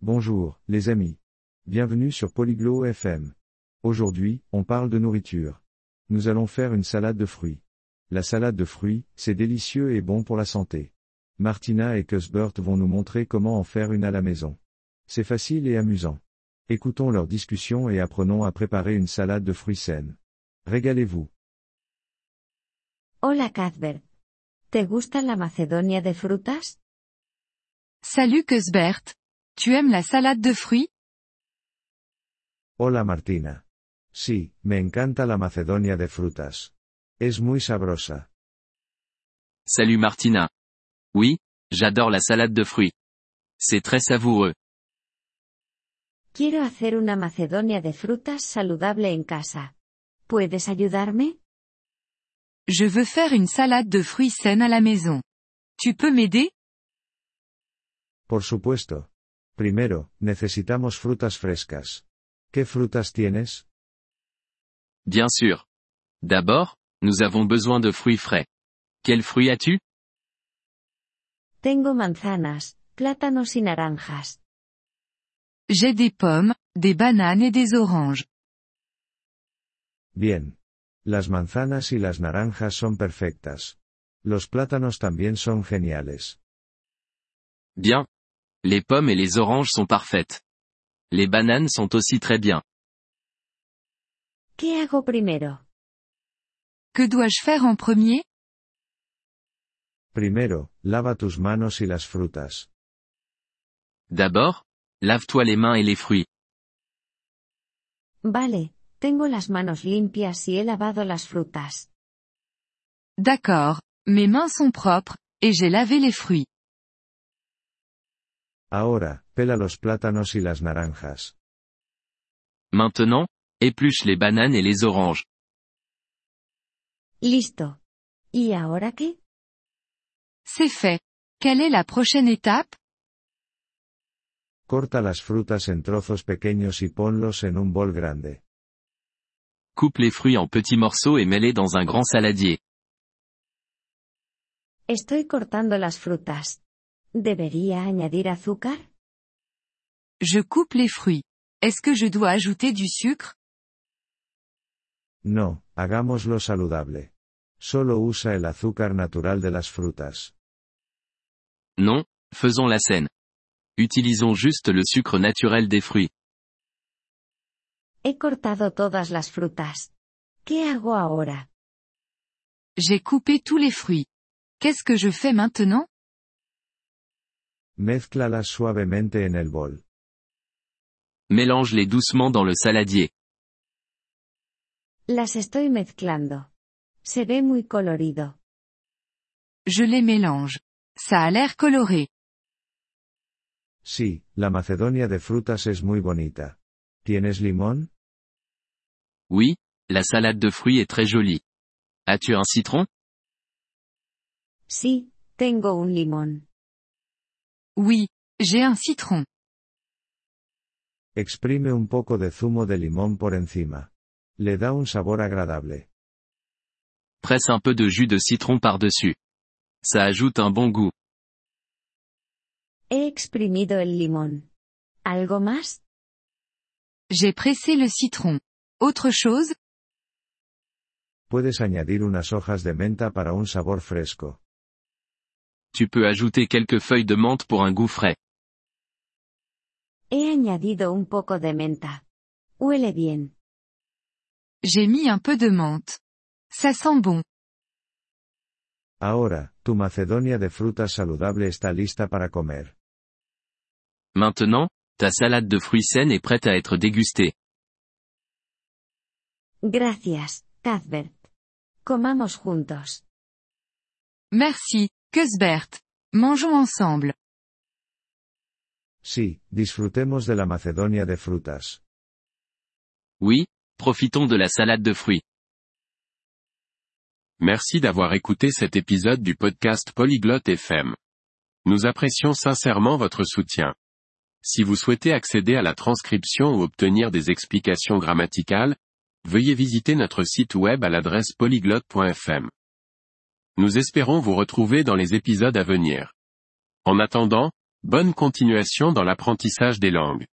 Bonjour, les amis. Bienvenue sur Polyglot FM. Aujourd'hui, on parle de nourriture. Nous allons faire une salade de fruits. La salade de fruits, c'est délicieux et bon pour la santé. Martina et Cuthbert vont nous montrer comment en faire une à la maison. C'est facile et amusant. Écoutons leur discussion et apprenons à préparer une salade de fruits saine. Régalez-vous. Hola Cuthbert. ¿Te gusta la Macedonia de frutas? Salut Cuthbert. Tu aimes la salade de fruits? Hola Martina. Sí, me encanta la Macedonia de frutas. Es muy sabrosa. Salut Martina. Oui, j'adore la salade de fruits. C'est très savoureux. Quiero hacer una Macedonia de frutas saludable en casa. ¿Puedes ayudarme? Je veux faire une salade de fruits saine à la maison. Tu peux m'aider? Por supuesto. Primero, necesitamos frutas frescas. ¿Qué frutas tienes? Bien sûr. D'abord, nous avons besoin de fruits frais. Quels fruits as-tu? Tengo manzanas, plátanos y naranjas. J'ai des pommes, des bananes et des oranges. Bien. Las manzanas y las naranjas son perfectas. Los plátanos también son geniales. Bien. Les pommes et les oranges sont parfaites. Les bananes sont aussi très bien. ¿Qué hago primero? Que dois-je faire en premier? Primero, lava tus manos y las frutas. D'abord, lave-toi les mains et les fruits. Vale, tengo las manos limpias y he lavado las frutas. D'accord, mes mains sont propres, et j'ai lavé les fruits. Ahora, pela los plátanos y las naranjas. Maintenant, épluche les bananes et les oranges. Listo. ¿Y ahora qué? C'est fait. Quelle est la prochaine étape? Corta las frutas en trozos pequeños y ponlos en un bol grande. Coupe les fruits en petits morceaux et mets-les dans un grand saladier. Estoy cortando las frutas. ¿Debería añadir azúcar? Je coupe les fruits. Est-ce que je dois ajouter du sucre? No, hagámoslo saludable. Solo usa el azúcar natural de las frutas. Non, faisons la saine. Utilisons juste le sucre naturel des fruits. He cortado todas las frutas. ¿Qué hago ahora? J'ai coupé tous les fruits. Qu'est-ce que je fais maintenant? Mézclalas suavemente en el bol. Mélange-les doucement dans le saladier. Las estoy mezclando. Se ve muy colorido. Je les mélange. Ça a l'air coloré. Sí, la Macedonia de frutas es muy bonita. ¿Tienes limón? Oui, la salade de fruits est très jolie. As-tu un citron? Sí, tengo un limón. Oui, j'ai un citron. Exprime un poco de zumo de limón por encima. Le da un sabor agradable. Presse un peu de jus de citron par-dessus. Ça ajoute un bon goût. He exprimido el limón. ¿Algo más? J'ai pressé le citron. Autre chose? Puedes añadir unas hojas de menta para un sabor fresco. Tu peux ajouter quelques feuilles de menthe pour un goût frais. He añadido un poco de menta. Huele bien. J'ai mis un peu de menthe. Ça sent bon. Ahora, tu Macedonia de frutas saludable está lista para comer. Maintenant, ta salade de fruits saine est prête à être dégustée. Gracias, Cuthbert. Comamos juntos. Merci, Cuthbert. Mangeons ensemble. Sí, disfrutemos de la Macedonia de frutas. Oui, profitons de la salade de fruits. Merci d'avoir écouté cet épisode du podcast Polyglotte FM. Nous apprécions sincèrement votre soutien. Si vous souhaitez accéder à la transcription ou obtenir des explications grammaticales, veuillez visiter notre site web à l'adresse polyglotte.fm. Nous espérons vous retrouver dans les épisodes à venir. En attendant, Bonne continuation dans l'apprentissage des langues.